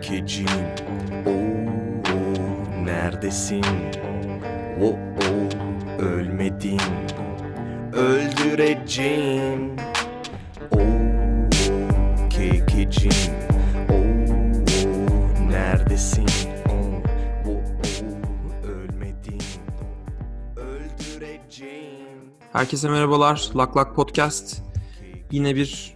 kekecim. Oo, neredesin? Ölmedin. Öldüreceğim. Kekecim. Neredesin? Ölmedin. Öldüreceğim. Herkese merhabalar. Lak Lak Podcast. Yine bir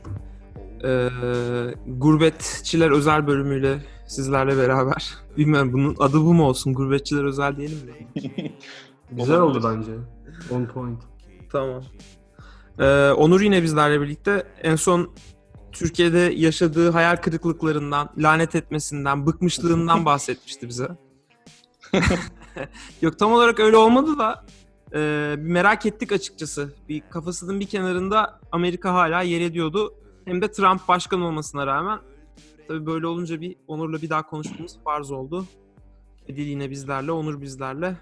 gurbetçiler özel bölümüyle sizlerle beraber. Bilmiyorum bunun adı bu mu olsun? Gurbetçiler özel diyelim mi? Güzel oldu bence. On point. Tamam. Onur yine bizlerle birlikte. En son Türkiye'de yaşadığı hayal kırıklıklarından, lanet etmesinden, bıkmışlığından bahsetmişti bize. Yok tam olarak öyle olmadı da merak ettik açıkçası. Bir kafasının bir kenarında Amerika hala yer ediyordu. Hem de Trump başkan olmasına rağmen. Tabii böyle olunca bir Onur'la bir daha konuştuğumuz farz oldu. Edil yine bizlerle, Onur bizlerle.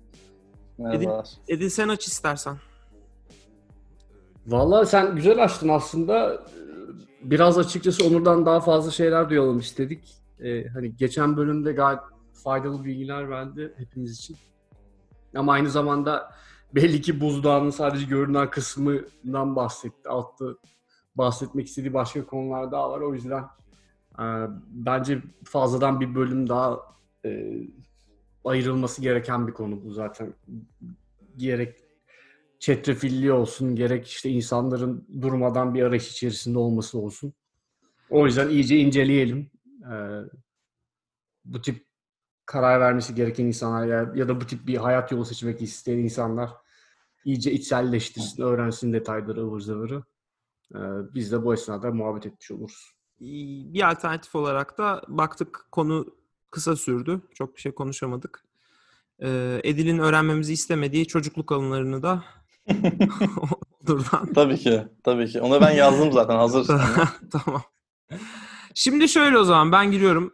Edil sen aç istersen. Vallahi sen güzel açtın aslında. Biraz açıkçası Onur'dan daha fazla şeyler duyalım istedik. Hani geçen bölümde gayet faydalı bilgiler verdi hepimiz için. Ama aynı zamanda belli ki buzdağının sadece görünen kısmından bahsetti. Altta bahsetmek istediği başka konular daha var. O yüzden bence fazladan bir bölüm daha ayrılması gereken bir konu bu zaten. Gerek çetrefilli olsun, gerek işte insanların durmadan bir arayış içerisinde olması olsun. O yüzden iyice inceleyelim. Bu tip karar vermesi gereken insanlar ya da bu tip bir hayat yolu seçmek isteyen insanlar iyice içselleştirsin, öğrensin detayları, ıvır zıvırı. Biz de bu esnada muhabbet etmiş oluruz. Bir alternatif olarak da baktık konu kısa sürdü. Çok bir şey konuşamadık. Edil'in öğrenmemizi istemediği çocukluk anılarını da Onur'dan. Tabii ki. Ona ben yazdım zaten hazır. Tamam. Şimdi şöyle o zaman ben giriyorum.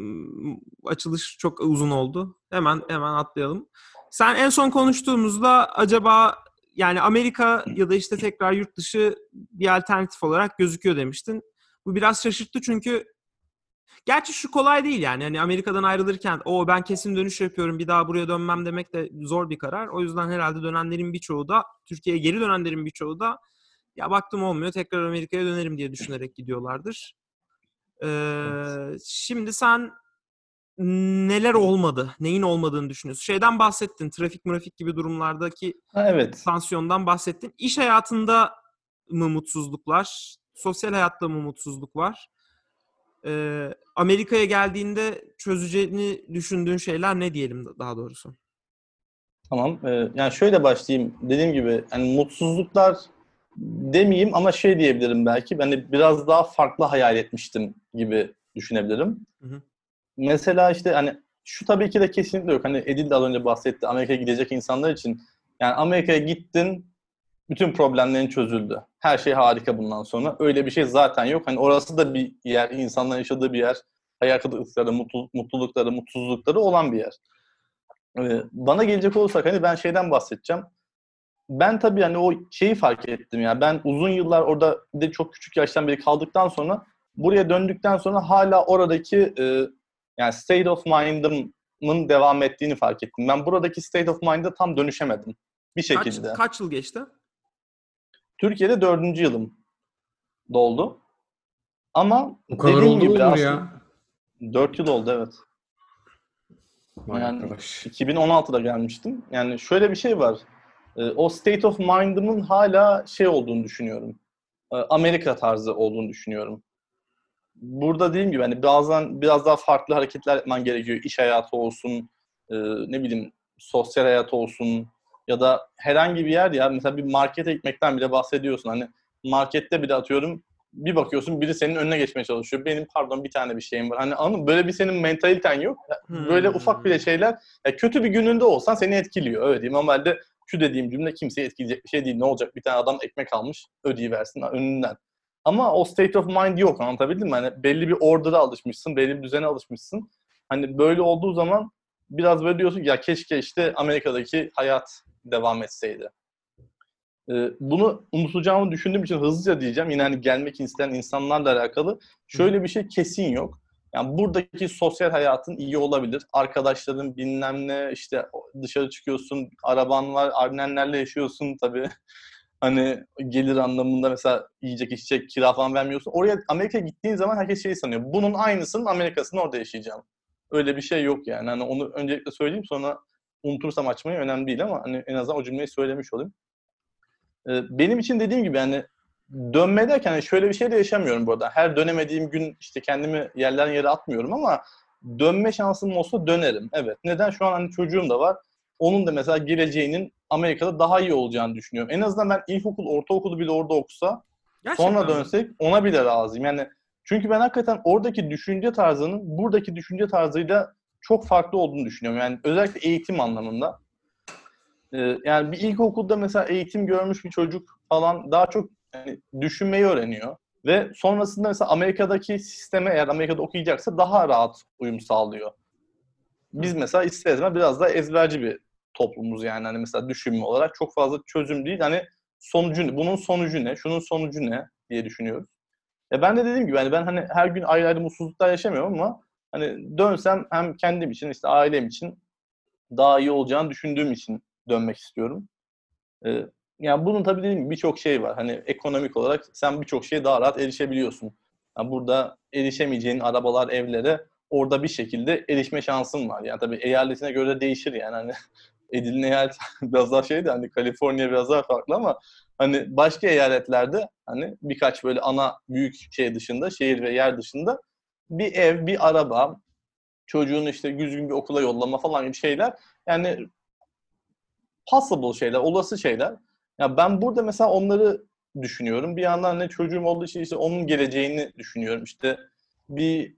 Açılış çok uzun oldu. Hemen atlayalım. Sen en son konuştuğumuzda acaba yani Amerika ya da işte tekrar yurt dışı bir alternatif olarak gözüküyor demiştin. Bu biraz şaşırttı çünkü gerçi şu kolay değil yani. Hani Amerika'dan ayrılırken ben kesin dönüş yapıyorum bir daha buraya dönmem demek de zor bir karar. O yüzden herhalde dönenlerin birçoğu da Türkiye'ye geri dönenlerin birçoğu da ya baktım olmuyor tekrar Amerika'ya dönerim diye düşünerek gidiyorlardır. Evet. Şimdi sen neler olmadı? Neyin olmadığını düşünüyorsun? Şeyden bahsettin. Trafik gibi durumlardaki tansiyondan bahsettin. İş hayatında mı mutsuzluklar? Sosyal hayatta mı mutsuzluk var? Amerika'ya geldiğinde çözeceğini düşündüğün şeyler ne diyelim daha doğrusu? Tamam. Yani şöyle başlayayım. Dediğim gibi yani mutsuzluklar demeyeyim ama şey diyebilirim belki. Ben de biraz daha farklı hayal etmiştim gibi düşünebilirim. Hı. Mesela işte hani şu tabii ki de kesinlikle yok. Hani Edil de az önce bahsetti. Amerika'ya gidecek insanlar için. Yani Amerika'ya gittin, bütün problemlerin çözüldü. Her şey harika bundan sonra. Öyle bir şey zaten yok. Hani orası da bir yer, insanların yaşadığı bir yer. Hayal kırıklıkları, mutlulukları, mutsuzlukları olan bir yer. Bana gelecek olursak hani ben şeyden bahsedeceğim. Ben tabii hani o şeyi fark ettim ya. Ben uzun yıllar orada bir de çok küçük yaştan beri kaldıktan sonra buraya döndükten sonra hala oradaki yani state of mind'ımın devam ettiğini fark ettim. Ben buradaki state of mind'a tam dönüşemedim bir şekilde. Kaç yıl geçti? Türkiye'de 4. yılım doldu. Ama o kadar dediğim oldu gibi mu ya? 4 yıl oldu evet. Yani 2016'da gelmiştim. Yani şöyle bir şey var. O state of mind'ımın hala şey olduğunu düşünüyorum. Amerika tarzı olduğunu düşünüyorum. Burada dediğim gibi hani bazen biraz daha farklı hareketler yapman gerekiyor. İş hayatı olsun, ne bileyim sosyal hayat olsun ya da herhangi bir yer ya mesela bir markete gitmekten bile bahsediyorsun. Hani markette bile atıyorum bir bakıyorsun biri senin önüne geçmeye çalışıyor. Benim bir tane bir şeyim var. Hani anladın böyle bir senin mentaliten yok. Böyle ufak bile şeyler kötü bir gününde olsan seni etkiliyor. Öyle diyeyim. Normalde şu dediğim cümle kimseyi etkileyecek bir şey değil. Ne olacak? Bir tane adam ekmek almış ödeyiversin önünden. Ama o state of mind yok. Anlatabildim mi? Hani belli bir order'a alışmışsın, belli bir düzene alışmışsın. Hani böyle olduğu zaman biraz böyle diyorsun ki ya keşke işte Amerika'daki hayat devam etseydi. Bunu unutacağımı düşündüğüm için hızlıca diyeceğim. Yine hani gelmek isteyen insanlarla alakalı şöyle bir şey kesin yok. Yani buradaki sosyal hayatın iyi olabilir. Arkadaşların bilmem ne, işte dışarı çıkıyorsun, araban var, annenlerle yaşıyorsun tabii. Hani gelir anlamında mesela yiyecek, içecek, kira falan vermiyorsun. Oraya, Amerika'ya gittiğin zaman herkes şeyi sanıyor. Bunun aynısının Amerika'sını orada yaşayacağım. Öyle bir şey yok yani. Hani onu öncelikle söyleyeyim, sonra unutursam açmayı önemli değil ama hani en azından o cümleyi söylemiş olayım. Benim için dediğim gibi yani dönme derken hani şöyle bir şey de yaşamıyorum bu arada. Her dönemediğim gün işte kendimi yerden yere atmıyorum ama dönme şansım olsa dönerim. Evet. Neden? Şu an hani çocuğum da var. Onun da mesela geleceğinin Amerika'da daha iyi olacağını düşünüyorum. En azından ben ilkokul, ortaokulu bile orada okusa Gerçekten sonra mi? dönsek ona bile razıyım. Yani çünkü ben hakikaten oradaki düşünce tarzının buradaki düşünce tarzıyla çok farklı olduğunu düşünüyorum. Yani özellikle eğitim anlamında. Yani bir ilkokulda mesela eğitim görmüş bir çocuk falan daha çok yani düşünmeyi öğreniyor. Ve sonrasında mesela Amerika'daki sisteme, eğer Amerika'da okuyacaksa daha rahat uyum sağlıyor. Biz mesela ister istemez biraz daha ezberci bir toplumuz yani. Hani mesela düşünme olarak çok fazla çözüm değil. Hani sonucu ne? Bunun sonucu ne? Şunun sonucu ne diye düşünüyoruz. Ben de dediğim gibi hani ben hani her gün ayrı ayrı mutsuzluklar yaşamıyorum ama hani dönsem hem kendim için işte ailem için daha iyi olacağını düşündüğüm için dönmek istiyorum. Yani bunun tabii dediğim gibi birçok şey var. Hani ekonomik olarak sen birçok şeye daha rahat erişebiliyorsun. Yani burada erişemeyeceğin arabalar, evlere orada bir şekilde erişme şansın var. Yani tabii eyaletine göre de değişir yani. Hani Edil'in eyalet biraz daha şeydi, hani Kaliforniya biraz daha farklı ama hani başka eyaletlerde hani birkaç böyle ana büyük şey dışında, şehir ve yer dışında bir ev, bir araba, çocuğunu işte düzgün bir okula yollama falan gibi şeyler yani possible şeyler, olası şeyler. Ya ben burada mesela onları düşünüyorum. Bir yandan ne çocuğum olduğu için işte onun geleceğini düşünüyorum. İşte bir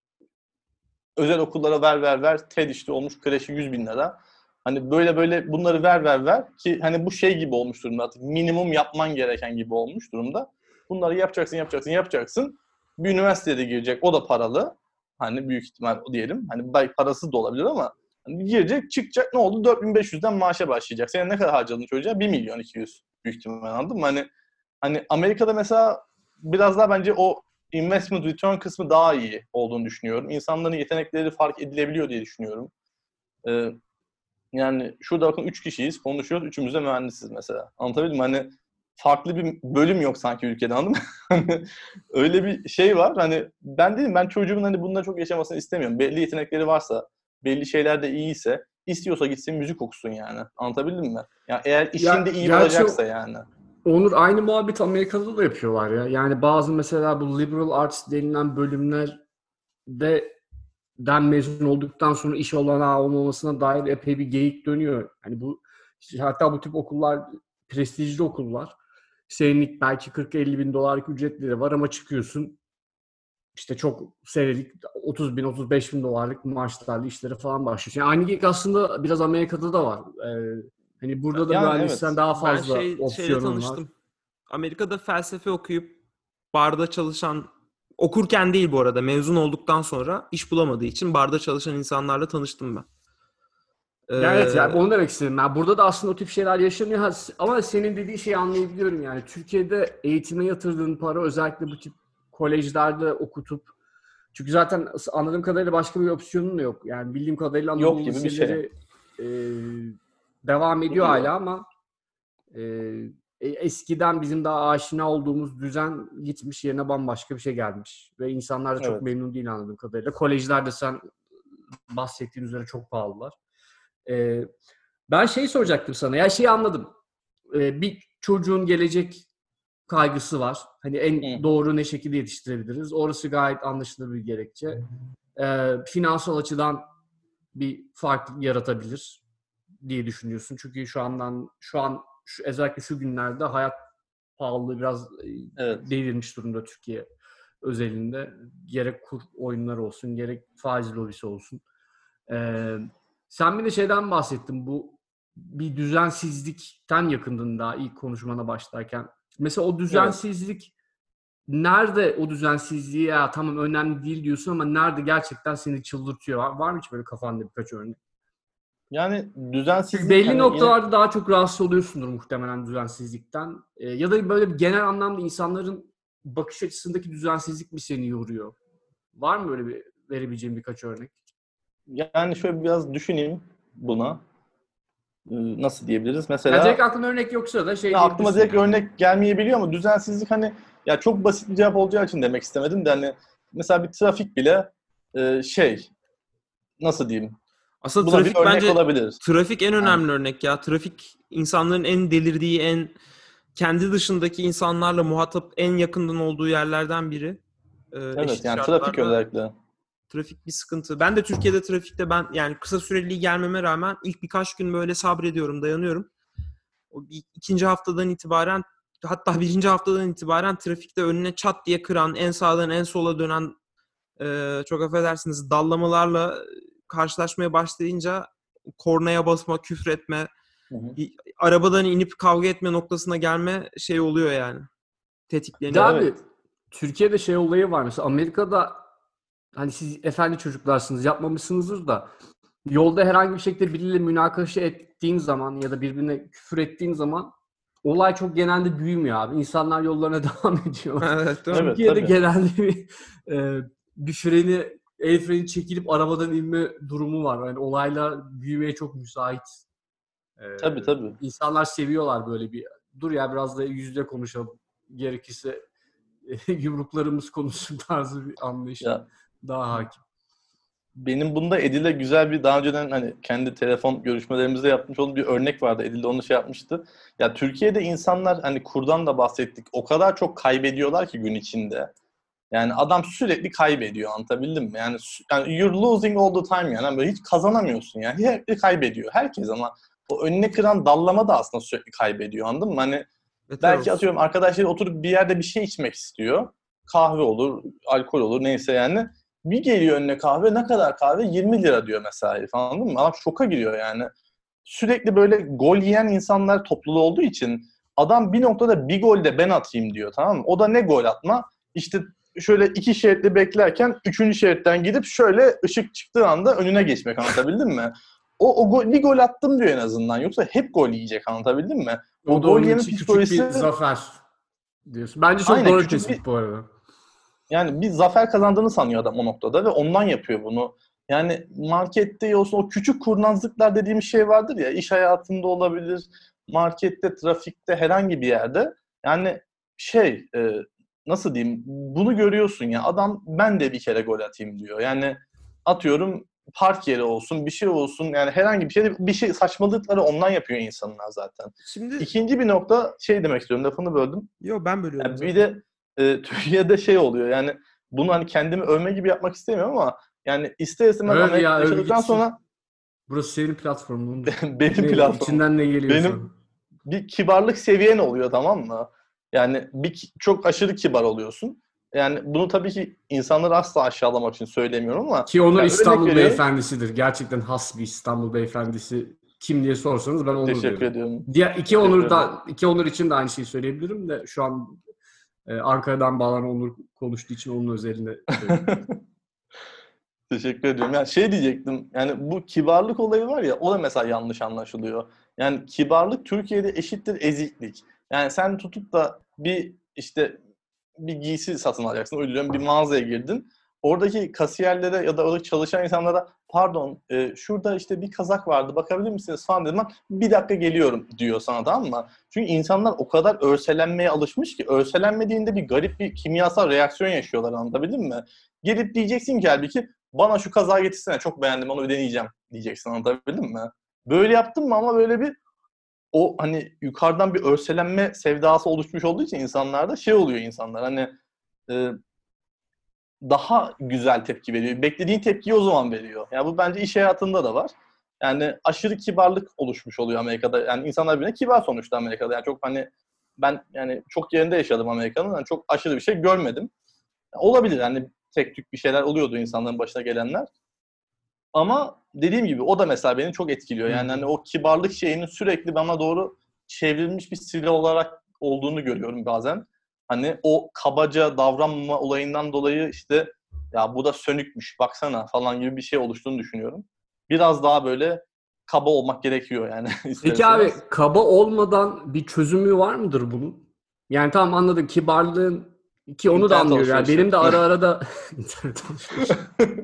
özel okullara ver. TED işte olmuş kreşi 100.000 lira. Hani böyle bunları ver ki hani bu şey gibi olmuş durumda artık. Minimum yapman gereken gibi olmuş durumda. Bunları yapacaksın. Bir üniversiteye de girecek. O da paralı. Hani büyük ihtimal diyelim. Hani belki parasız da olabilir ama hani girecek, çıkacak, ne oldu? 4.500'den maaşa başlayacak. Sen ne kadar harcadın çocuğa? 1.200.000 büyük ihtimal, anladın mı? Hani Amerika'da mesela biraz daha bence o investment return kısmı daha iyi olduğunu düşünüyorum. İnsanların yetenekleri fark edilebiliyor diye düşünüyorum. Ee, Yani şurada bakın 3 kişiyiz, konuşuyoruz. Üçümüz de mühendisiz mesela. Anlatabildim mi? Hani farklı bir bölüm yok sanki ülkede, anladın mı? Hani öyle bir şey var. Hani ben çocuğumun hani bunları çok yaşamasını istemiyorum. Belli yetenekleri varsa, belli şeylerde iyiyse, istiyorsa gitsin müzik okusun yani. Anlatabildim mi? Yani eğer işinde iyi Gerçi olacaksa yani. Onur, aynı muhabbet Amerika'da da yapıyorlar ya. Yani bazı mesela bu liberal arts denilen bölümlerden mezun olduktan sonra iş olanağı olmamasına dair epey bir geyik dönüyor. Hani bu işte hatta bu tip okullar prestijli okullar. Senelik belki 40-50 bin dolarlık ücretleri var ama çıkıyorsun işte çok senelik 30 bin 35 bin dolarlık maaşlarla işlere falan başlıyorsun. Yani aynı geyik aslında biraz Amerika'da da var. Hani burada da Yani mühendissen evet. daha Ben fazla şeyle opsiyonun var. tanıştım. Amerika'da felsefe okuyup barda çalışan, okurken değil bu arada, mezun olduktan sonra iş bulamadığı için barda çalışan insanlarla tanıştım ben. Yani evet, yani Ee, onu demek istedim. Yani burada da aslında o tip şeyler yaşanıyor. Ama senin dediğin şeyi anlayabiliyorum yani. Türkiye'de eğitime yatırdığın para özellikle bu tip kolejlerde okutup, çünkü zaten anladığım kadarıyla başka bir opsiyonun da yok. Yani bildiğim kadarıyla Yok Anadolu gibi bir şey. liseleri e, devam ediyor Duruyor. hala ama eskiden bizim daha aşina olduğumuz düzen gitmiş, yerine bambaşka bir şey gelmiş. Ve insanlar da çok Evet. memnun değil anladığım kadarıyla. Kolejlerde sen bahsettiğin üzere çok pahalılar. Ee, Ben şeyi soracaktım sana. Ya şeyi anladım. Bir çocuğun gelecek kaygısı var. Hani Hı en hı. doğru ne şekilde yetiştirebiliriz? Orası gayet anlaşılır bir gerekçe. Finansal açıdan bir fark yaratabilir diye düşünüyorsun. Çünkü özellikle şu günlerde hayat pahalılığı biraz Evet. devirmiş durumda Türkiye özelinde. Gerek kur oyunları olsun, gerek faiz lobisi olsun. Ee, Sen bir de şeyden bahsettin. Bu bir düzensizlikten yakındın daha ilk konuşmana başlarken. Mesela o Evet. düzensizlik nerede, o düzensizliği ya tamam önemli değil diyorsun ama nerede gerçekten seni çıldırtıyor? Var mı hiç böyle kafanda birkaç örnek? Yani Çünkü düzensizlik belli hani yine noktalarda daha çok rahatsız oluyorsundur muhtemelen düzensizlikten. Ya da böyle bir genel anlamda insanların bakış açısındaki düzensizlik mi seni yoruyor? Var mı böyle bir verebileceğim birkaç örnek? Yani şöyle biraz düşüneyim buna. Nasıl diyebiliriz? Ya Mesela direkt aklına örnek yoksa da şey aklıma diyebilirsin direkt yani. örnek gelmeyebiliyor ama düzensizlik hani ya çok basit bir cevap olacağı için demek istemedim de hani mesela bir trafik bile nasıl diyeyim? Aslında Buna bir trafik örnek bence olabilir. trafik en Yani, önemli örnek ya. Trafik insanların en delirdiği, en kendi dışındaki insanlarla muhatap en yakından olduğu yerlerden biri. evet Eşit yani trafik şartlarda özellikle. trafik bir sıkıntı. Ben de Türkiye'de trafikte yani kısa süreli gelmeme rağmen ilk birkaç gün böyle sabrediyorum, dayanıyorum. O ikinci haftadan itibaren, hatta birinci haftadan itibaren trafikte önüne çat diye kıran, en sağdan en sola dönen, çok affedersiniz, dallamalarla karşılaşmaya başlayınca kornaya basma, küfretme, Hı hı. arabadan inip kavga etme noktasına gelme şey oluyor yani. Bir de Tetikleniyor. abi Evet. Türkiye'de şey olayı var mesela Amerika'da hani siz efendi çocuklarsınız yapmamışsınızdır da yolda herhangi bir şekilde biriyle münakaşa ettiğin zaman ya da birbirine küfür ettiğin zaman olay çok genelde büyümüyor abi. İnsanlar yollarına devam ediyorlar. Evet, değil mi? Evet Türkiye'de tabii. genelde bir el freni çekilip arabadan inme durumu var. Yani olaylar büyümeye çok müsait. Tabii. İnsanlar seviyorlar böyle bir dur ya biraz da yüzde konuşalım. Gerekirse yumruklarımız konuşsun tarzı bir anlayış Ya daha hakim. benim bunda Edil'e güzel bir daha önceden hani kendi telefon görüşmelerimizde yapmış olduğum bir örnek vardı. Edil de onu şey yapmıştı. Ya Türkiye'de insanlar hani kurdan da bahsettik. O kadar çok kaybediyorlar ki gün içinde. Yani adam sürekli kaybediyor, anlatabildim mi? Yani you're losing all the time yani. Böyle hiç kazanamıyorsun yani. Hep kaybediyor. Herkes ama o önüne kıran dallama da aslında sürekli kaybediyor, anladın mı? Hani Beter belki olsun. atıyorum arkadaşları oturup bir yerde bir şey içmek istiyor. Kahve olur, alkol olur neyse yani. Bir geliyor önüne kahve, ne kadar kahve? 20 lira diyor mesela herif, anladın mı? Adam şoka giriyor yani. Sürekli böyle gol yiyen insanlar topluluğu olduğu için adam bir noktada bir gol de ben atayım diyor, tamam mı? O da ne gol atma? İşte şöyle 2 şeritli beklerken 3. şeritten gidip şöyle ışık çıktığı anda önüne geçmek, anlatabildim mi? Bir gol attım diyor en azından. Yoksa hep gol yiyecek, anlatabildim mi? O O da gol onun yeme için küçük psikolojisi bir zafer diyorsun. Bence çok aynen doğru bir küçük bir tespit bu arada. yani bir zafer kazandığını sanıyor adam o noktada ve ondan yapıyor bunu. Yani markette olsun o küçük kurnazlıklar dediğimiz şey vardır ya, iş hayatında olabilir, markette, trafikte, herhangi bir yerde. Yani nasıl diyeyim, bunu görüyorsun ya, adam ben de bir kere gol atayım diyor. Yani atıyorum park yeri olsun, bir şey olsun, yani herhangi bir şey saçmalıkları ondan yapıyor insanlar zaten. Şimdi İkinci bir nokta demek istiyorum, lafını böldüm. ben bölüyorum Yani bir zaten. de Türkiye'de oluyor yani, bunu hani kendimi övme gibi yapmak istemiyorum ama yani ister istemez Öv ya Amerika'da öv yaşadıktan gitsin. sonra Burası senin platformun. benim platformum, İçinden ne geliyorsa. benim bir kibarlık seviyen oluyor, tamam mı? Yani çok aşırı kibar oluyorsun. Yani bunu tabii ki insanları asla aşağılamak için söylemiyorum ama Ki Onur yani İstanbul örnek veriyorum. beyefendisidir. Gerçekten has bir İstanbul beyefendisi. Kim diye sorsanız ben Onur Teşekkür diyorum. ediyorum. Diğer Teşekkür ederim. iki Onur için de aynı şeyi söyleyebilirim de şu an Ankara'dan bağlanan Onur konuştuğu için onun özelinde söylüyorum. Teşekkür ediyorum. Yani diyecektim. Yani bu kibarlık olayı var ya, o da mesela yanlış anlaşılıyor. Yani kibarlık Türkiye'de eşittir eziklik. Yani sen tutup da bir giysi satın alacaksın. Öyle bir mağazaya girdin. Oradaki kasiyerlere ya da oradaki çalışan insanlara pardon şurada bir kazak vardı, bakabilir misiniz falan dedim. Bir dakika geliyorum diyor sana, tamam mı? Çünkü insanlar o kadar örselenmeye alışmış ki örselenmediğinde bir garip bir kimyasal reaksiyon yaşıyorlar, anlatabildim mi? Gelip diyeceksin ki halbuki bana şu kazağı getirsene, çok beğendim, onu deneyeceğim diyeceksin, anlatabildim mi? Böyle yaptın mı ama böyle bir o hani yukarıdan bir örselenme sevdası oluşmuş olduğu için insanlarda oluyor, insanlar hani daha güzel tepki veriyor. Beklediğin tepkiyi o zaman veriyor. Yani bu bence iş hayatında da var. Yani aşırı kibarlık oluşmuş oluyor Amerika'da. Yani insanlar birbirine kibar sonuçta Amerika'da. Yani çok hani ben yani çok yerinde yaşadım Amerika'nın. Yani çok aşırı bir şey görmedim. Olabilir hani tek tük bir şeyler oluyordu insanların başına gelenler. Ama dediğim gibi o da mesela beni çok etkiliyor. Yani hani o kibarlık şeyinin sürekli bana doğru çevrilmiş bir silah olarak olduğunu görüyorum bazen. Hani o kabaca davranma olayından dolayı ya bu da sönükmüş baksana falan gibi bir şey oluştuğunu düşünüyorum. Biraz daha böyle kaba olmak gerekiyor yani. Peki abi kaba olmadan bir çözümü var mıdır bunun? Yani tamam anladım, kibarlığın Ki onu da İnternet anlıyorum. Yani alışverişi. benim de ara ara da internet alışverişi.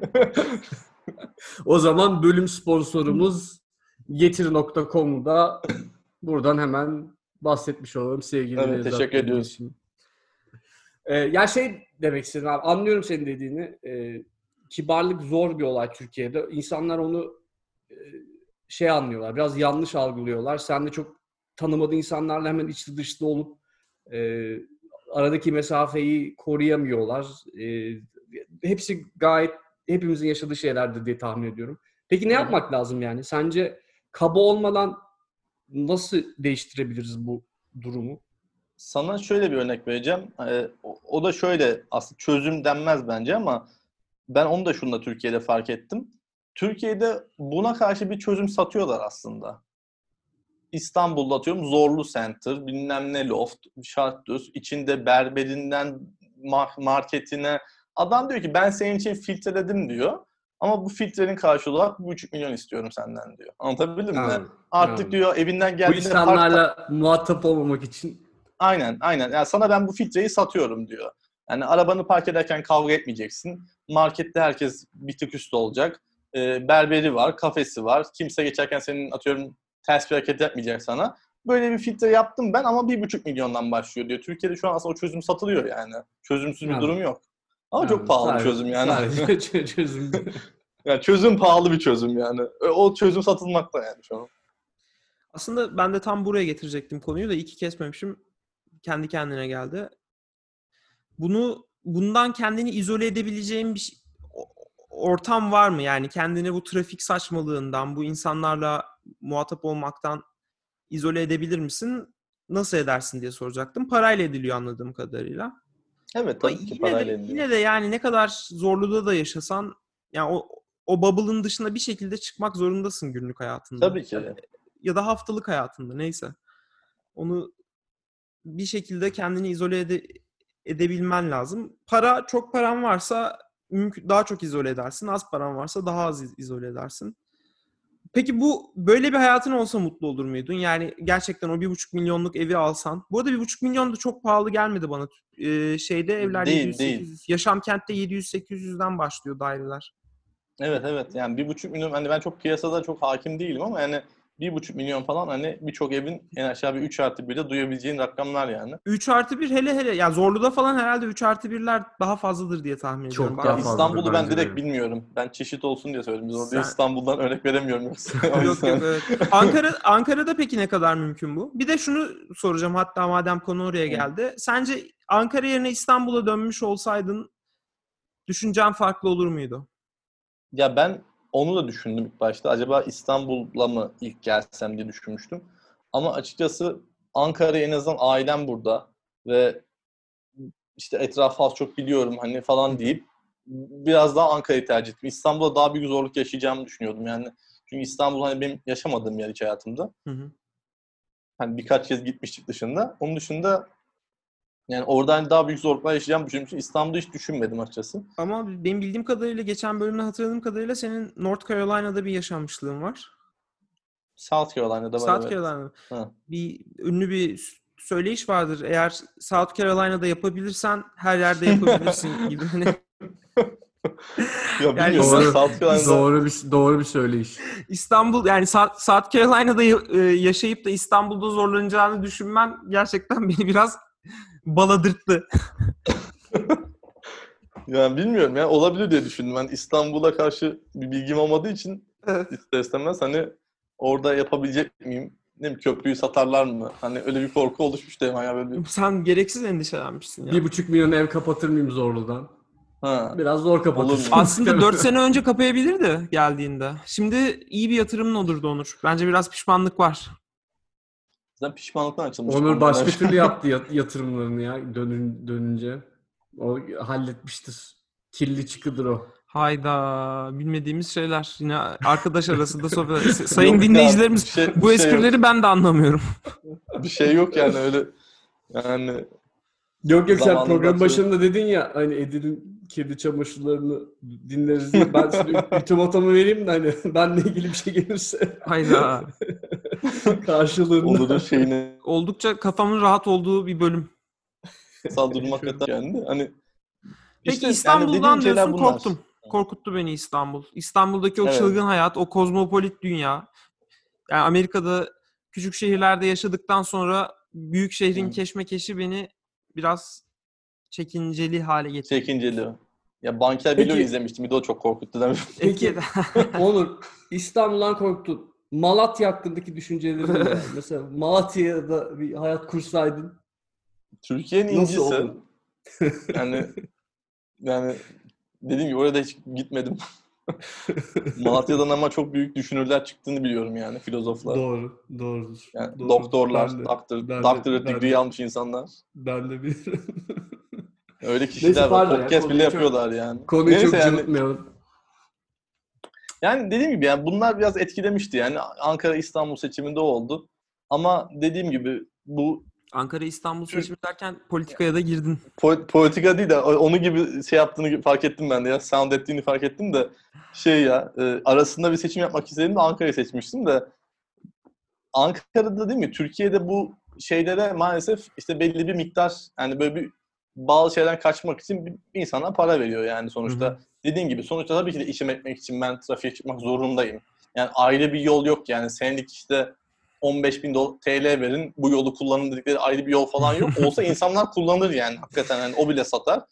O zaman bölüm sponsorumuz Getir.com'u da buradan hemen bahsetmiş olalım sevgili Evet, Nevzat teşekkür ediyoruz. kardeşim. Ya şey demek istedim abi. Anlıyorum senin dediğini. Kibarlık zor bir olay Türkiye'de. İnsanlar onu şey anlıyorlar. Biraz yanlış algılıyorlar. Sen de çok tanımadığı insanlarla hemen içli dışlı olup aradaki mesafeyi koruyamıyorlar. Hepsi gayet hepimizin yaşadığı şeylerdir diye tahmin ediyorum. Peki ne yapmak lazım yani? Sence kaba olmadan nasıl değiştirebiliriz bu durumu? Sana şöyle bir örnek vereceğim. O da şöyle, aslında çözüm denmez bence ama ben onu da şunda Türkiye'de fark ettim. Türkiye'de buna karşı bir çözüm satıyorlar aslında. İstanbul'da atıyorum Zorlu Center, bilmem ne loft, Şartdüz, içinde berberinden marketine. Adam diyor ki ben senin için filtreledim diyor. Ama bu filtrenin karşılığı olarak 1,5 milyon istiyorum senden diyor. Anlatabildim mi? Artık diyor evinden Bu geldiğinde insanlarla muhatap olmamak için. Aynen. Yani sana ben bu filtreyi satıyorum diyor. Yani arabanı park ederken kavga etmeyeceksin. Markette herkes bir tık üstü olacak. Berberi var, kafesi var. Kimse geçerken senin atıyorum ters bir hareket yapmayacak sana. Böyle bir filtre yaptım ben ama 1,5 milyondan başlıyor diyor. Türkiye'de şu an aslında o çözüm satılıyor yani. Çözümsüz bir durum yok. Ama çok pahalı bir çözüm yani. Sadece çözüm. Yani çözüm pahalı bir çözüm yani. O çözüm satılmakta yani şu an. Aslında ben de tam buraya getirecektim konuyu da iki kesmemişim. Kendi kendine geldi. Bundan kendini izole edebileceğin bir ortam var mı? Yani kendini bu trafik saçmalığından, bu insanlarla muhatap olmaktan izole edebilir misin? Nasıl edersin diye soracaktım. Parayla ediliyor anladığım kadarıyla. Evet tabii ki parayla ediliyor. Yine de yani ne kadar zorluğunda da yaşasan yani o bubble'ın dışında bir şekilde çıkmak zorundasın günlük hayatında. Tabii ki. Ya da haftalık hayatında neyse. Onu bir şekilde kendini izole edebilmen lazım. Çok paran varsa daha çok izole edersin. Az paran varsa daha az izole edersin. Peki böyle bir hayatın olsa mutlu olur muydun? Yani gerçekten o 1,5 milyonluk evi alsan. Bu arada 1,5 milyon da çok pahalı gelmedi bana. Evler Değil, 700-800. Yaşam kentte 700-800'den başlıyor daireler. Evet. Yani 1,5 milyon, hani ben çok piyasada çok hakim değilim ama yani 1,5 milyon falan hani birçok evin en aşağı bir 3+1'de duyabileceğin rakamlar yani. 3+1 hele ya Zorlu'da falan herhalde 3+1'ler daha fazladır diye tahmin ediyorum. Çok daha fazla. İstanbul'u ben bence direkt de. bilmiyorum. Ben çeşit olsun diye söyledim. Zorlu'ya İstanbul'dan örnek veremiyorum yoksa. Yok evet. Ankara'da peki ne kadar mümkün bu? Bir de şunu soracağım hatta madem konu oraya geldi. Sence Ankara yerine İstanbul'a dönmüş olsaydın düşüncen farklı olur muydu? Ya ben onu da düşündüm ilk başta. Acaba İstanbul'la mı ilk gelsem diye düşünmüştüm. Ama açıkçası Ankara'ya en azından ailem burada ve işte etrafı az çok biliyorum hani falan deyip biraz daha Ankara'yı tercih ettim. İstanbul'da daha büyük zorluk yaşayacağımı düşünüyordum yani. Çünkü İstanbul hani benim yaşamadığım yer hiç hayatımda. Hani birkaç kez gitmiştik dışında. Onun dışında yani oradan daha büyük zorluklar yaşayacağımı düşünmüştüm. İstanbul'da hiç düşünmedim açıkçası. Ama benim bildiğim kadarıyla geçen bölümde hatırladığım kadarıyla senin North Carolina'da bir yaşanmışlığın var. South Carolina'da var South evet. Carolina. Ünlü bir söyleyiş vardır. Eğer South Carolina'da yapabilirsen her yerde yapabilirsin gibi. Ya bilmiyorum. South Carolina'da... Doğru bir söyleyiş. İstanbul yani South Carolina'da yaşayıp da İstanbul'da zorlanacağını düşünmen gerçekten beni biraz baladırttı. Yani bilmiyorum ya olabilir diye düşündüm. Ben İstanbul'a karşı bir bilgim olmadığı için ister istemez hani orada yapabilecek miyim? Ne bileyim köprüyü satarlar mı? Hani öyle bir korku oluşmuştu hemen ya böyle bir... Sen gereksiz endişelenmişsin ya. 1,5 milyon ev kapatır mıyım Zorlu'dan? Ha. Biraz zor kapatırsın. Aslında 4 sene önce kapayabilirdi geldiğinde. Şimdi iyi bir yatırımın olurdu Onur. Bence biraz pişmanlık var. Zaten pişmanlıktan açılmış. Onur başka türlü yaptı yatırımlarını ya dönünce. O halletmiştir. Kirli çıkıdır o. Hayda bilmediğimiz şeyler. Yine arkadaş arasında sohbet. Sayın dinleyicilerimiz bu esprileri yok. Ben de anlamıyorum. Bir şey yok yani öyle. Yani Yok sen program başında dedin ya hani Edil'in kirli çamaşırlarını dinleriz diye. Ben şimdi ultimatomu vereyim de hani benle ilgili bir şey gelirse. Hayda. Karşılığında. Onur'un şeyini. Oldukça kafamın rahat olduğu bir bölüm. durum hakikaten yani. Hani Peki işte İstanbul'dan dediğim şeyler diyorsun, bunlar. korktum. Korkuttu beni İstanbul. İstanbul'daki o Evet. çılgın hayat, o kozmopolit dünya. Yani Amerika'da küçük şehirlerde yaşadıktan sonra büyük şehrin keşmekeşi beni biraz çekinceli hale getirdi. Çekinceli. Ya Banker Peki- Bilo'yu izlemiştim. Bir de o çok korkuttu değil mi? Peki Onur, İstanbul'dan korktun. Malatya hakkındaki düşüncelerin ne? Mesela Malatya'da bir hayat kursaydın Türkiye'nin nasıl incisi. olur? Yani dediğim gibi oraya da hiç gitmedim. Malatya'dan ama çok büyük düşünürler çıktığını biliyorum yani, filozoflar. Doğrudur. Yani Doğru. doktorlar, Ben de- doctorate degree almış insanlar. Ben de bilirim. Öyle kişiler Neyse, var. pardon ya, Podcast konuyu bile çok- yapıyorlar yani. Konuyu Neyse çok yani, cıvıtmayalım. yani dediğim gibi yani bunlar biraz etkilemişti yani. Ankara İstanbul seçiminde oldu. Ama dediğim gibi bu Ankara İstanbul seçimi derken politikaya da girdin. politika değil de onu gibi şey yaptığını fark ettim ben de ya. Sound ettiğini fark ettim de arasında bir seçim yapmak istedim de Ankara'yı seçmiştim de Ankara'da değil mi? Türkiye'de bu şeylere maalesef işte belli bir miktar, yani böyle bir bazı şeylerden kaçmak için bir insana para veriyor yani sonuçta. Hı hı. Dediğin gibi sonuçta tabii ki de işime etmek için ben trafiğe çıkmak zorundayım. Yani ayrı bir yol yok yani, senelik işte 15.000 TL verin bu yolu kullanın dedikleri ayrı bir yol falan yok. Olsa insanlar kullanır yani hakikaten, yani o bile satar.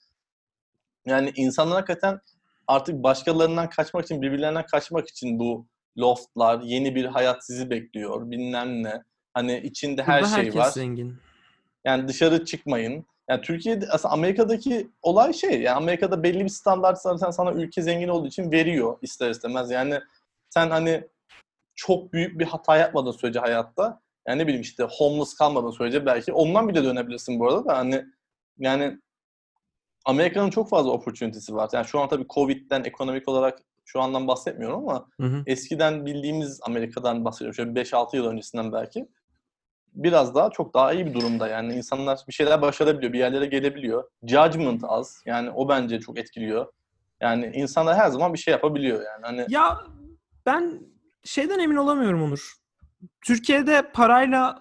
Yani insanlar hakikaten artık başkalarından kaçmak için, birbirlerinden kaçmak için bu loftlar, yeni bir hayat sizi bekliyor, bilmem ne. Hani içinde her Burada şey herkes var. zengin. Yani dışarı çıkmayın. Yani Türkiye'de, aslında Amerika'daki olay yani Amerika'da belli bir standart zaten sana ülke zengin olduğu için veriyor ister istemez. Yani sen hani çok büyük bir hata yapmadığın sürece hayatta, yani ne bileyim işte homeless kalmadığın sürece belki ondan bile dönebilirsin bu arada da hani, yani Amerika'nın çok fazla opportunity'si var. Yani şu an tabii Covid'den, ekonomik olarak şu andan bahsetmiyorum ama Hı hı. eskiden bildiğimiz Amerika'dan bahsediyorum. Şöyle 5-6 yıl öncesinden belki. Biraz daha, çok daha iyi bir durumda. Yani insanlar bir şeyler başarabiliyor, bir yerlere gelebiliyor. Judgment az. Yani o bence çok etkiliyor. Yani insanlar her zaman bir şey yapabiliyor yani. Hani Ya ben şeyden emin olamıyorum Onur. Türkiye'de parayla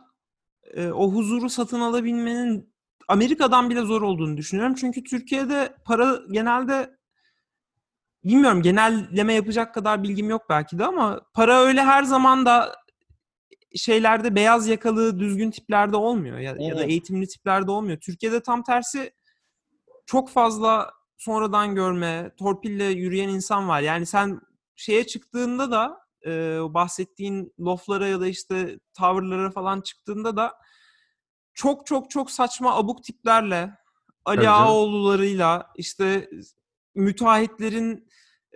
o huzuru satın alabilmenin Amerika'dan bile zor olduğunu düşünüyorum. Çünkü Türkiye'de para genelde, bilmiyorum, genelleme yapacak kadar bilgim yok belki de, ama para öyle her zaman da şeylerde beyaz yakalı düzgün tiplerde olmuyor ya da eğitimli tiplerde olmuyor. Türkiye'de tam tersi çok fazla sonradan görme, torpille yürüyen insan var. Yani sen şeye çıktığında da bahsettiğin loflara ya da işte tavırlara falan çıktığında da çok çok çok saçma abuk tiplerle, Ali Tabii canım. Ağaoğullarıyla, işte müteahhitlerin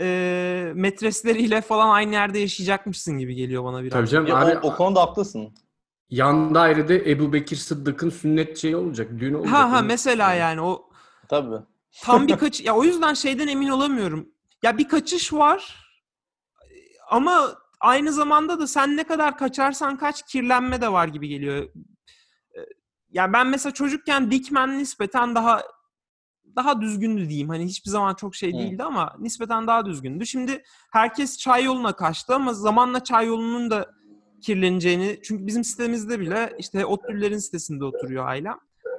metresleriyle falan aynı yerde yaşayacakmışsın gibi geliyor bana biraz. Tabii canım ya abi, o konuda haklısın. yan dairede Ebu Bekir Sıddık'ın sünnet şeyi olacak, düğünü olacak. Ha mesela yani o Tabii. tam bir ya o yüzden şeyden emin olamıyorum. Ya bir kaçış var ama aynı zamanda da sen ne kadar kaçarsan kaç, kirlenme de var gibi geliyor. Yani ben mesela çocukken Dikmen nispeten daha düzgündü diyeyim. Hani hiçbir zaman çok şey değildi ama nispeten daha düzgündü. Şimdi herkes çay yoluna kaçtı ama zamanla çay yolunun da kirleneceğini, çünkü bizim sitemizde bile işte ODTÜ'lerin sitesinde oturuyor ailem.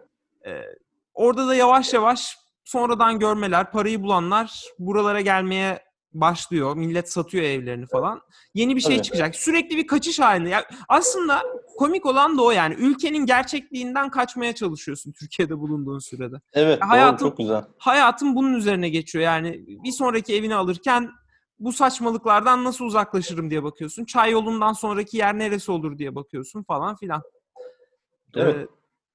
Orada da yavaş yavaş sonradan görmeler, parayı bulanlar buralara gelmeye başlıyor. Millet satıyor evlerini falan. Yeni bir şey Tabii. çıkacak. Sürekli bir kaçış halinde. Ya aslında komik olan da o yani. Ülkenin gerçekliğinden kaçmaya çalışıyorsun Türkiye'de bulunduğun sürede. Evet, doğru, çok güzel. Hayatım bunun üzerine geçiyor. Yani bir sonraki evini alırken bu saçmalıklardan nasıl uzaklaşırım diye bakıyorsun. Çay yolundan sonraki yer neresi olur diye bakıyorsun falan filan. Evet.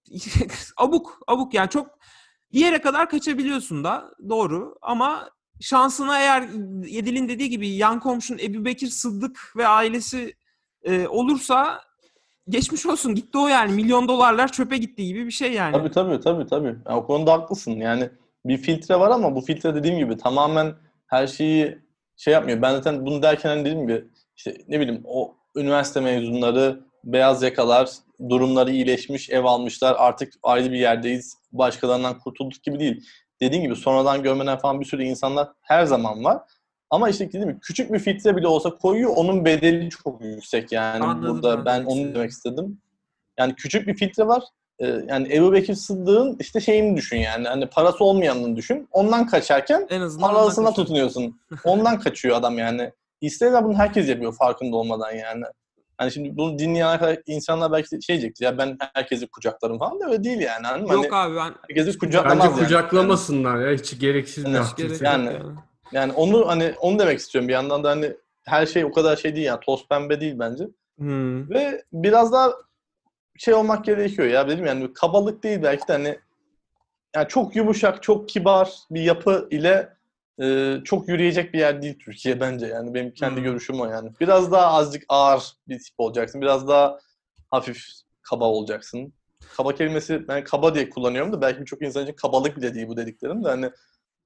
Abuk yani, çok bir yere kadar kaçabiliyorsun da, doğru, ama şansına eğer Yedil'in dediği gibi yan komşun Ebu Bekir Sıddık ve ailesi olursa geçmiş olsun, gitti o yani. Milyon dolarlar çöpe gitti gibi bir şey yani. Tabii. Yani o konuda haklısın. Yani bir filtre var ama bu filtre dediğim gibi tamamen her şeyi şey yapmıyor. Ben zaten bunu derken hani dediğim gibi işte ne bileyim o üniversite mezunları, beyaz yakalar, durumları iyileşmiş, ev almışlar, artık ayrı bir yerdeyiz, başkalarından kurtulduk gibi değil. Dediğim gibi sonradan görmeden falan bir sürü insanlar her zaman var. Ama işte dediğim gibi küçük bir filtre bile olsa koyuyor, onun bedeli çok yüksek yani. Anladım Burada ben demek onu istediğini. demek istedim. Yani küçük bir filtre var yani Ebu Bekir Sıddık'ın işte şeyini düşün yani. Hani parası olmayanını düşün. Ondan kaçarken En azından parasına ondan tutunuyorsun. Ondan kaçıyor adam yani. İsterler bunu herkes yapıyor farkında olmadan yani. Hani şimdi bunu dinleyen insanlar belki şey diyecektir ya ben herkesi kucaklarım falan da öyle değil yani. Hani Yok abi ben herkesi Bence kucaklamaz yani. kucaklamasınlar ya. Hiç gereksiz bir Yani, hiç gerek aktivite. yok yani. Yani onu demek istiyorum bir yandan da hani her şey o kadar şey değil yani toz pembe değil bence. Ve biraz daha şey olmak gerekiyor ya dedim yani kabalık değil belki de hani yani çok yumuşak, çok kibar bir yapı ile çok yürüyecek bir yer değil Türkiye bence yani benim kendi görüşüm o yani. Biraz daha azıcık ağır bir tip olacaksın. Biraz daha hafif kaba olacaksın. Kaba kelimesi ben kaba diye kullanıyorum da belki birçok insan için kabalık bile değil bu dediklerim de hani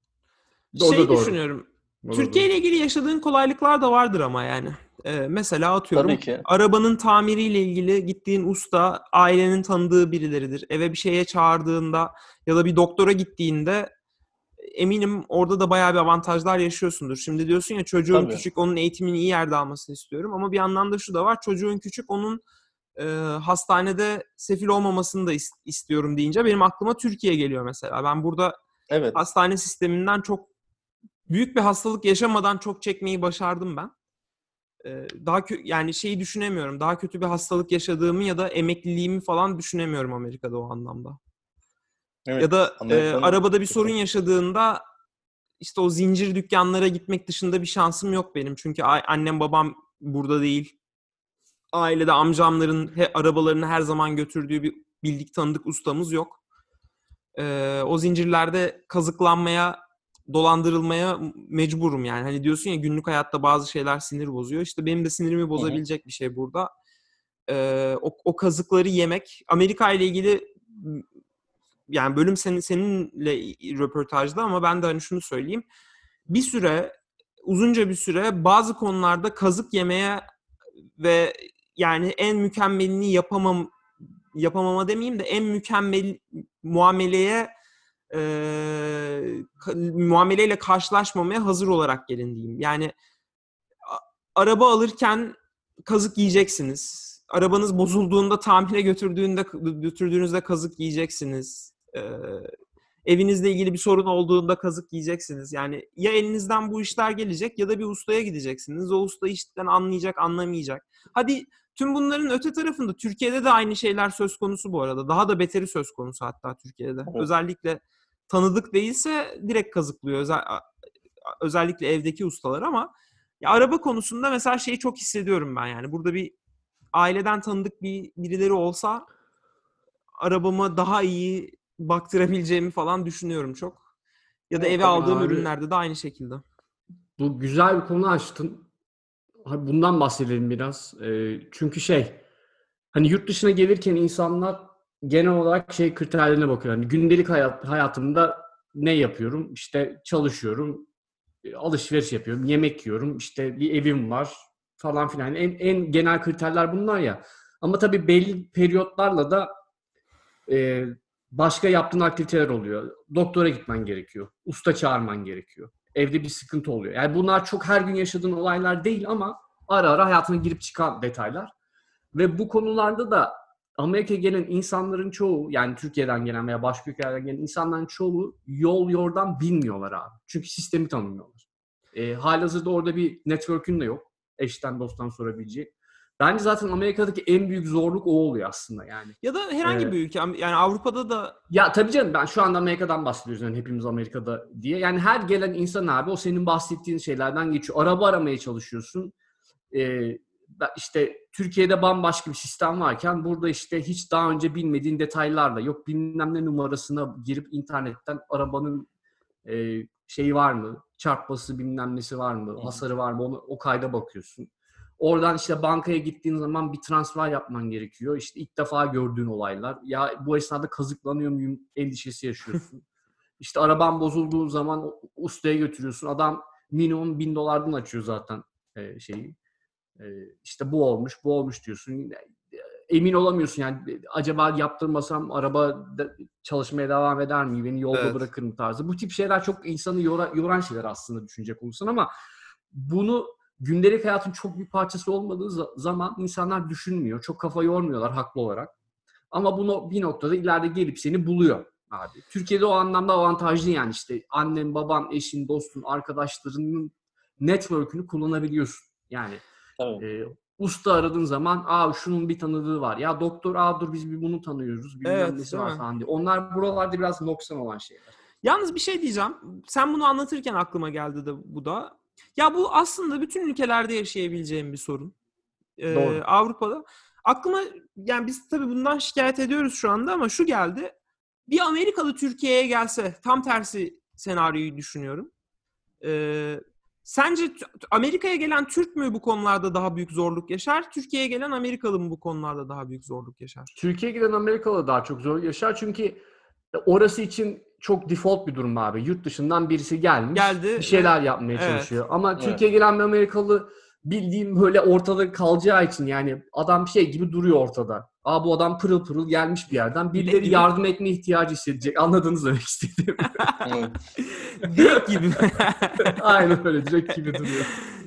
O da doğru. Düşünüyorum. Türkiye ile ilgili yaşadığın kolaylıklar da vardır ama yani. Mesela atıyorum tabii ki. arabanın tamiriyle ilgili gittiğin usta ailenin tanıdığı birileridir. Eve bir şeye çağırdığında ya da bir doktora gittiğinde eminim orada da bayağı bir avantajlar yaşıyorsundur. Şimdi diyorsun ya çocuğum Tabii. küçük onun eğitimini iyi yerde almasını istiyorum ama bir yandan da şu da var çocuğun küçük onun hastanede sefil olmamasını da istiyorum deyince benim aklıma Türkiye geliyor mesela. Ben burada Evet. hastane sisteminden çok büyük bir hastalık yaşamadan çok çekmeyi başardım ben. Yani şeyi düşünemiyorum. Daha kötü bir hastalık yaşadığımı ya da emekliliğimi falan düşünemiyorum Amerika'da o anlamda. Evet. Ya da Amerika'nın arabada bir sorun yaşadığında işte o zincir dükkanlara gitmek dışında bir şansım yok benim. Çünkü annem babam burada değil. Ailede amcamların arabalarını her zaman götürdüğü bir bildik tanıdık ustamız yok. O zincirlerde kazıklanmaya, dolandırılmaya mecburum yani. Hani diyorsun ya günlük hayatta bazı şeyler sinir bozuyor. İşte benim de sinirimi bozabilecek bir şey burada. O kazıkları yemek. Amerika ile ilgili yani bölüm seninle röportajda ama ben de hani şunu söyleyeyim. Uzunca bir süre bazı konularda kazık yemeye ve yani en mükemmelini yapamama demeyeyim de en mükemmel muameleyle karşılaşmamaya hazır olarak gelin diyeyim. Yani araba alırken kazık yiyeceksiniz. Arabanız bozulduğunda tamire götürdüğünüzde kazık yiyeceksiniz. Evinizle ilgili bir sorun olduğunda kazık yiyeceksiniz. Yani ya elinizden bu işler gelecek ya da bir ustaya gideceksiniz. O usta işten anlayacak, anlamayacak. Hadi tüm bunların öte tarafında Türkiye'de de aynı şeyler söz konusu bu arada. Daha da beteri söz konusu hatta Türkiye'de. Evet. Özellikle tanıdık değilse direkt kazıklıyor. Özellikle evdeki ustalar ama ya araba konusunda mesela şeyi çok hissediyorum ben yani. Burada bir aileden tanıdık birileri olsa arabamı daha iyi baktırabileceğimi falan düşünüyorum çok. Ya da eve aldığım abi, ürünlerde de aynı şekilde. Bu güzel bir konu açtın. Bundan bahsedelim biraz. Çünkü hani yurt dışına gelirken insanlar genel olarak kriterlerine bakıyor. Hani gündelik hayatımda ne yapıyorum? İşte çalışıyorum, alışveriş yapıyorum, yemek yiyorum, işte bir evim var falan filan. En genel kriterler bunlar ya. Ama tabii belli periyotlarla da başka yaptığın aktiviteler oluyor. Doktora gitmen gerekiyor. Usta çağırman gerekiyor. Evde bir sıkıntı oluyor. Yani bunlar çok her gün yaşadığın olaylar değil ama ara ara hayatına girip çıkan detaylar. Ve bu konularda da Amerika'ya gelen insanların çoğu, yani Türkiye'den gelen veya başka ülkelerden gelen insanların çoğu yol yordam bilmiyorlar abi. Çünkü sistemi tanımıyorlar. Halihazırda orada bir network'ün de yok. Eşten dosttan sorabileceği. Bence zaten Amerika'daki en büyük zorluk o oluyor aslında yani. Ya da herhangi bir ülke. Yani Avrupa'da da... Ya tabii canım ben şu anda Amerika'dan bahsediyoruz yani hepimiz Amerika'da diye. Yani her gelen insan abi o senin bahsettiğin şeylerden geçiyor. Araba aramaya çalışıyorsun. İşte Türkiye'de bambaşka bir sistem varken burada işte hiç daha önce bilmediğin detaylarla yok bilmem ne numarasına girip internetten arabanın şeyi var mı? Çarpması bilmem nesi var mı? Hasarı var mı? O kayda bakıyorsun. Oradan işte bankaya gittiğin zaman bir transfer yapman gerekiyor. İşte ilk defa gördüğün olaylar. Ya bu esnada kazıklanıyor muyum endişesi yaşıyorsun. İşte araban bozulduğu zaman ustaya götürüyorsun. Adam minimum $1000'dan açıyor zaten şeyi. İşte bu olmuş diyorsun. Emin olamıyorsun yani acaba yaptırmasam araba çalışmaya devam eder mi? Beni yolda bırakır mı tarzı. Bu tip şeyler çok insanı yoran şeyler aslında düşünecek olursan ama bunu gündelik hayatın çok bir parçası olmadığı zaman insanlar düşünmüyor. Çok kafa yormuyorlar haklı olarak. Ama bunu bir noktada ileride gelip seni buluyor abi. Türkiye'de o anlamda avantajlı yani işte annen, baban, eşin, dostun, arkadaşlarının network'ünü kullanabiliyorsun. Yani usta aradığın zaman şunun bir tanıdığı var. Ya doktor dur biz bunu tanıyoruz. Bilmem nesi var falan diye. Onlar buralarda biraz noksan olan şeyler. Yalnız bir şey diyeceğim. Sen bunu anlatırken aklıma geldi de bu da. Ya bu aslında bütün ülkelerde yaşayabileceğim bir sorun. Doğru. Avrupa'da. Aklıma yani biz tabii bundan şikayet ediyoruz şu anda ama şu geldi. Bir Amerikalı Türkiye'ye gelse tam tersi senaryoyu düşünüyorum. Sence Amerika'ya gelen Türk mü bu konularda daha büyük zorluk yaşar? Türkiye'ye gelen Amerikalı mı bu konularda daha büyük zorluk yaşar? Türkiye'ye giden Amerikalı daha çok zorluk yaşar. Çünkü orası için çok default bir durum abi. Yurt dışından birisi geldi bir şeyler yapmaya çalışıyor. Ama Türkiye'ye gelen bir Amerikalı bildiğim böyle ortada kalacağı için yani adam şey gibi duruyor ortada. Bu adam pırıl pırıl gelmiş bir yerden. Birileri yardım etme ihtiyacı hissedecek. Anladınız demek istediğimi. Direkt gibi. Aynen öyle. Direkt gibi duruyor.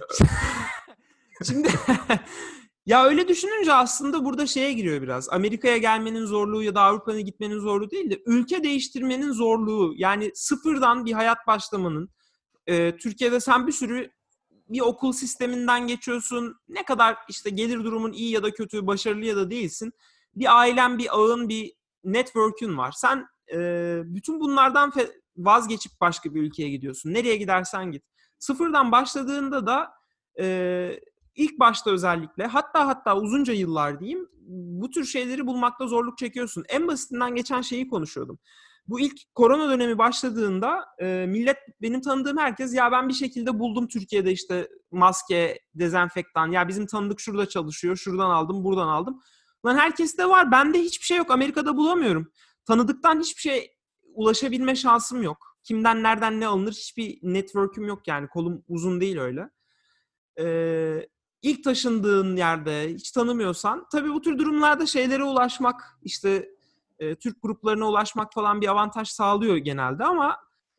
Şimdi ya öyle düşününce aslında burada şeye giriyor biraz. Amerika'ya gelmenin zorluğu ya da Avrupa'ya gitmenin zorluğu değil de ülke değiştirmenin zorluğu. Yani sıfırdan bir hayat başlamanın. Türkiye'de sen bir okul sisteminden geçiyorsun. Ne kadar işte gelir durumun iyi ya da kötü, başarılı ya da değilsin. Bir ailen, bir ağın, bir network'ün var. Sen bütün bunlardan vazgeçip başka bir ülkeye gidiyorsun. Nereye gidersen git. Sıfırdan başladığında da ilk başta özellikle hatta uzunca yıllar diyeyim bu tür şeyleri bulmakta zorluk çekiyorsun. En basitinden geçen şeyi konuşuyordum. Bu ilk korona dönemi başladığında millet, benim tanıdığım herkes ya ben bir şekilde buldum Türkiye'de işte maske, dezenfektan. Ya bizim tanıdık şurada çalışıyor, şuradan aldım, buradan aldım. Lan herkeste var, bende hiçbir şey yok. Amerika'da bulamıyorum. Tanıdıktan hiçbir şey ulaşabilme şansım yok. Kimden nereden ne alınır hiçbir network'üm yok yani. Kolum uzun değil öyle. İlk taşındığın yerde hiç tanımıyorsan tabii bu tür durumlarda şeylere ulaşmak işte Türk gruplarına ulaşmak falan bir avantaj sağlıyor genelde ama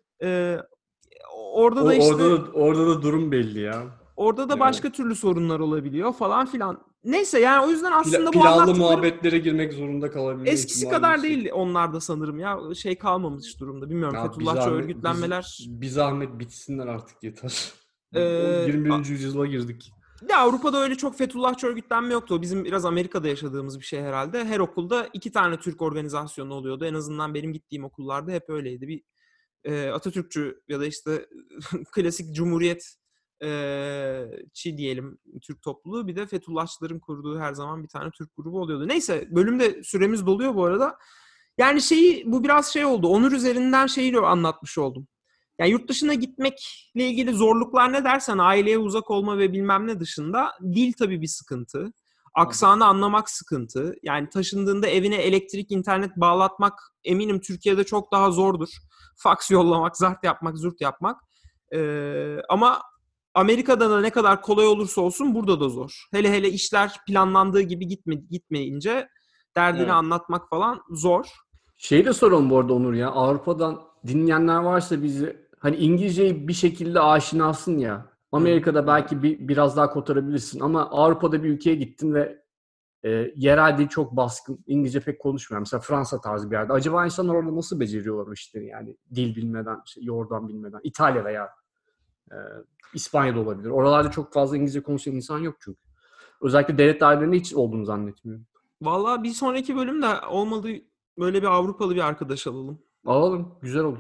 orada da işte orada da durum belli ya. Orada da başka türlü sorunlar olabiliyor falan filan. Neyse yani o yüzden aslında bu pilavlı anlattıklarım muhabbetlere girmek zorunda kalabilir. Eskisi kadar değil onlarda sanırım ya. Şey kalmamış durumda. Bilmiyorum Fethullahçı örgütlenmeler. Bir zahmet bitsinler artık yeter. 21. yüzyıla girdik. Ya Avrupa'da öyle çok Fethullahçı örgütlenme yoktu. O bizim biraz Amerika'da yaşadığımız bir şey herhalde. Her okulda 2 tane Türk organizasyonu oluyordu. En azından benim gittiğim okullarda hep öyleydi. Bir Atatürkçü ya da işte klasik Cumhuriyetçi diyelim Türk topluluğu. Bir de Fethullahçıların kurduğu her zaman bir tane Türk grubu oluyordu. Neyse bölümde süremiz doluyor bu arada. Yani bu biraz şey oldu. Onur üzerinden şeyi anlatmış oldum. Yani yurt dışına gitmekle ilgili zorluklar ne dersen aileye uzak olma ve bilmem ne dışında dil tabii bir sıkıntı. Aksanı anlamak sıkıntı. Yani taşındığında evine elektrik, internet bağlatmak eminim Türkiye'de çok daha zordur. Faks yollamak, zart yapmak, zurt yapmak. Ama Amerika'da da ne kadar kolay olursa olsun burada da zor. Hele işler planlandığı gibi gitmeyince derdini anlatmak falan zor. Şeyi de soralım bu arada Onur ya. Avrupa'dan dinleyenler varsa bizi hani İngilizceyi bir şekilde aşinasın ya. Amerika'da belki biraz daha kotarabilirsin ama Avrupa'da bir ülkeye gittin ve yerel dil çok baskın. İngilizce pek konuşmuyor. Mesela Fransa tarzı bir yerde. Acaba insanlar orada nasıl beceriyorlar o işleri yani? Dil bilmeden, yordan bilmeden. İtalya veya İspanya'da olabilir. Oralarda çok fazla İngilizce konuşan insan yok çünkü. Özellikle devlet dairelerinde hiç olduğunu zannetmiyorum. Vallahi bir sonraki bölümde olmadı böyle bir Avrupalı bir arkadaş alalım. Alalım. Güzel olur.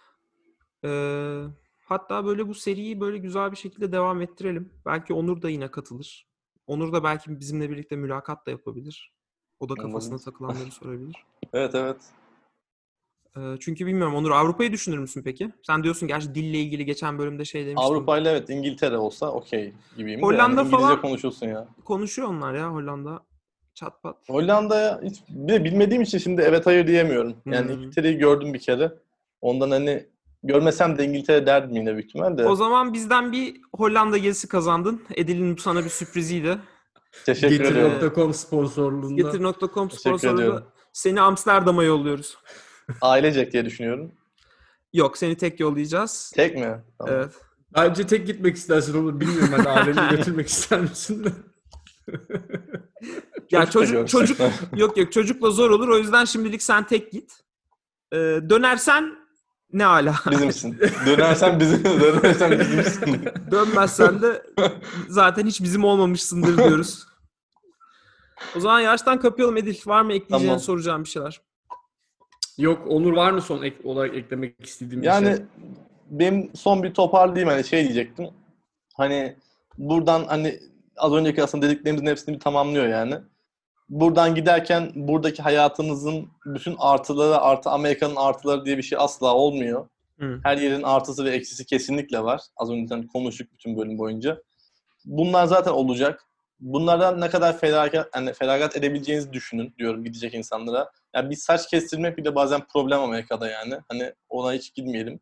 Hatta böyle bu seriyi böyle güzel bir şekilde devam ettirelim. Belki Onur da yine katılır. Onur da belki bizimle birlikte mülakat da yapabilir. O da kafasına takılanları sorabilir. Evet. Çünkü bilmiyorum Onur Avrupa'yı düşünür müsün peki? Sen diyorsun gerçi dille ilgili geçen bölümde şey demiştin. Avrupa'yla evet İngiltere olsa okey gibiyim. Hollanda yani İngilizce falan konuşulsun ya. Konuşuyor onlar ya Hollanda. Çat pat. Hollanda'ya hiç bilmediğim için şimdi evet hayır diyemiyorum. Yani İngiltere'yi gördüm bir kere. Ondan hani görmesem de İngiltere derdim yine büyük ihtimalle. O zaman bizden bir Hollanda gezisi kazandın. Edil'in sana bir sürpriziydi. Teşekkür ediyorum. Getir.com sponsorluğunda. Getir.com sponsorluğunda seni Amsterdam'a yolluyoruz. Ailecek diye düşünüyorum. Yok seni tek yollayacağız. Tek mi? Tamam. Evet. Bence tek gitmek istersin olur. Bilmiyorum ben aileni götürmek ister misin de. Ya Çocuk da çocuk görsün. yok çocukla zor olur. O yüzden şimdilik sen tek git. Dönersen ne ala. Bizimsin. Dönersen bizimsin. Dönmezsen de zaten hiç bizim olmamışsındır diyoruz. O zaman yavaştan kapayalım Edil. Var mı ekleyeceğin, Tamam. soracağım bir şeyler? Yok, Onur var mı son ek olarak eklemek istediğim bir Yani şey? benim son bir toparlayayım, hani şey diyecektim. Hani buradan, hani az önceki aslında dediklerimizin hepsini bir tamamlıyor yani. Buradan giderken buradaki hayatınızın bütün artıları artı Amerika'nın artıları diye bir şey asla olmuyor. Hı. Her yerin artısı ve eksisi kesinlikle var. Az önceden konuştuk bütün bölüm boyunca. Bunlar zaten olacak. Bunlardan ne kadar feragat edebileceğinizi düşünün diyorum gidecek insanlara. Yani bir saç kestirmek bile bazen problem Amerika'da yani. Hani ona hiç girmeyelim.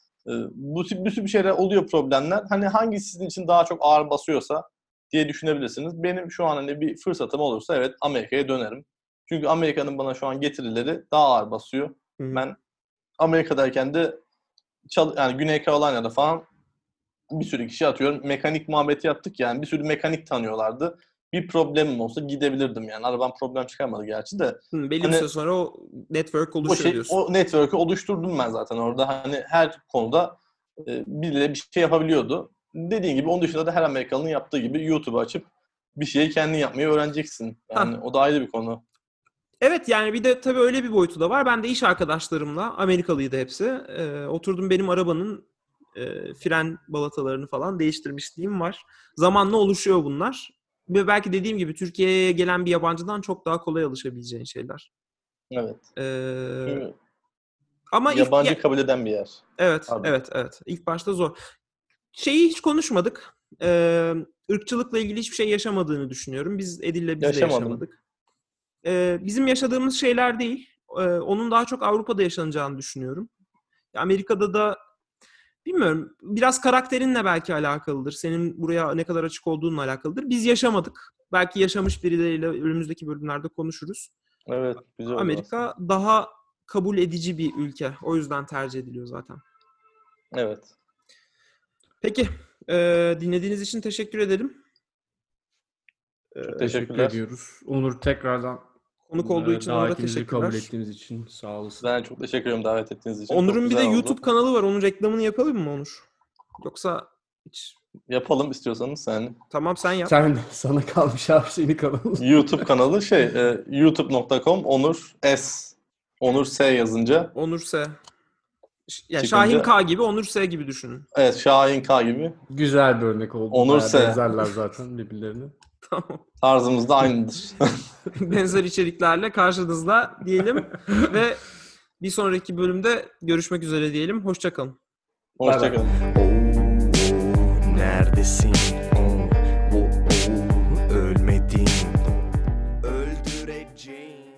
Bu tip şeyler oluyor, problemler. Hani hangisi sizin için daha çok ağır basıyorsa diye düşünebilirsiniz. Benim şu an hani bir fırsatım olursa evet Amerika'ya dönerim. Çünkü Amerika'nın bana şu an getirileri daha ağır basıyor. Hı. Ben Amerika'dayken de yani Güney Carolina'da falan bir sürü kişi atıyorum. Mekanik muhabbeti yaptık yani. Bir sürü mekanik tanıyorlardı. Bir problemim olsa gidebilirdim yani. Arabam problem çıkarmadı gerçi de. Belli bir Hani süre sonra o network oluşuyor diyorsun. O network'ü oluşturdum ben zaten orada. Hani her konuda birileri bir şey yapabiliyordu. Dediğin gibi onun dışında da her Amerikalı'nın yaptığı gibi YouTube'u açıp bir şeyi kendin yapmayı öğreneceksin. Yani o da ayrı bir konu. Evet, yani bir de tabii öyle bir boyutu da var. Ben de iş arkadaşlarımla, Amerikalıydı hepsi. Oturdum, benim arabanın fren balatalarını falan değiştirmişliğim var. Zamanla oluşuyor bunlar. Ve belki dediğim gibi Türkiye'ye gelen bir yabancıdan çok daha kolay alışabileceğin şeyler. Evet. Çünkü Ama yabancı kabul eden bir yer. Evet, Pardon. evet. İlk başta zor. Şeyi hiç konuşmadık. Irkçılıkla ilgili hiçbir şey yaşamadığını düşünüyorum. Biz Edil'le de yaşamadık. Bizim yaşadığımız şeyler değil. Onun daha çok Avrupa'da yaşanacağını düşünüyorum. Amerika'da da bilmiyorum. Biraz karakterinle belki alakalıdır. Senin buraya ne kadar açık olduğunla alakalıdır. Biz yaşamadık. Belki yaşamış birileriyle önümüzdeki bölümlerde konuşuruz. Evet, güzel oldu Amerika aslında. daha kabul edici bir ülke. O yüzden tercih ediliyor zaten. Evet. Peki. Dinlediğiniz için teşekkür ederim. Çok Teşekkür teşekkürler. ediyoruz. Onur, tekrardan Konuk olduğu için ona da davetimizi kabul teşekkürler. ettiğiniz için sağ olasın. Ben çok teşekkür ederim davet ettiğiniz için. Onur'un Çok bir de güzel oldu. YouTube kanalı var. Onun reklamını yapalım mı Onur? Yoksa hiç... Yapalım istiyorsanız sen. Tamam, sen yap. Sana kalmış abi, senin kanalın. YouTube kanalı youtube.com Onur S yazınca. Onur S. Yani Çıkınca- Şahin K gibi, Onur S gibi düşünün. Evet, Şahin K gibi. Güzel bir örnek oldu. Onur Bayağı S. benzerler zaten birbirlerine. Tamam. Tarzımız da aynıdır. Benzer içeriklerle karşınızda diyelim ve bir sonraki bölümde görüşmek üzere diyelim. Hoşça kalın. Hoşçakalın. Neredesin? Ölmedin. Öldüreceğim.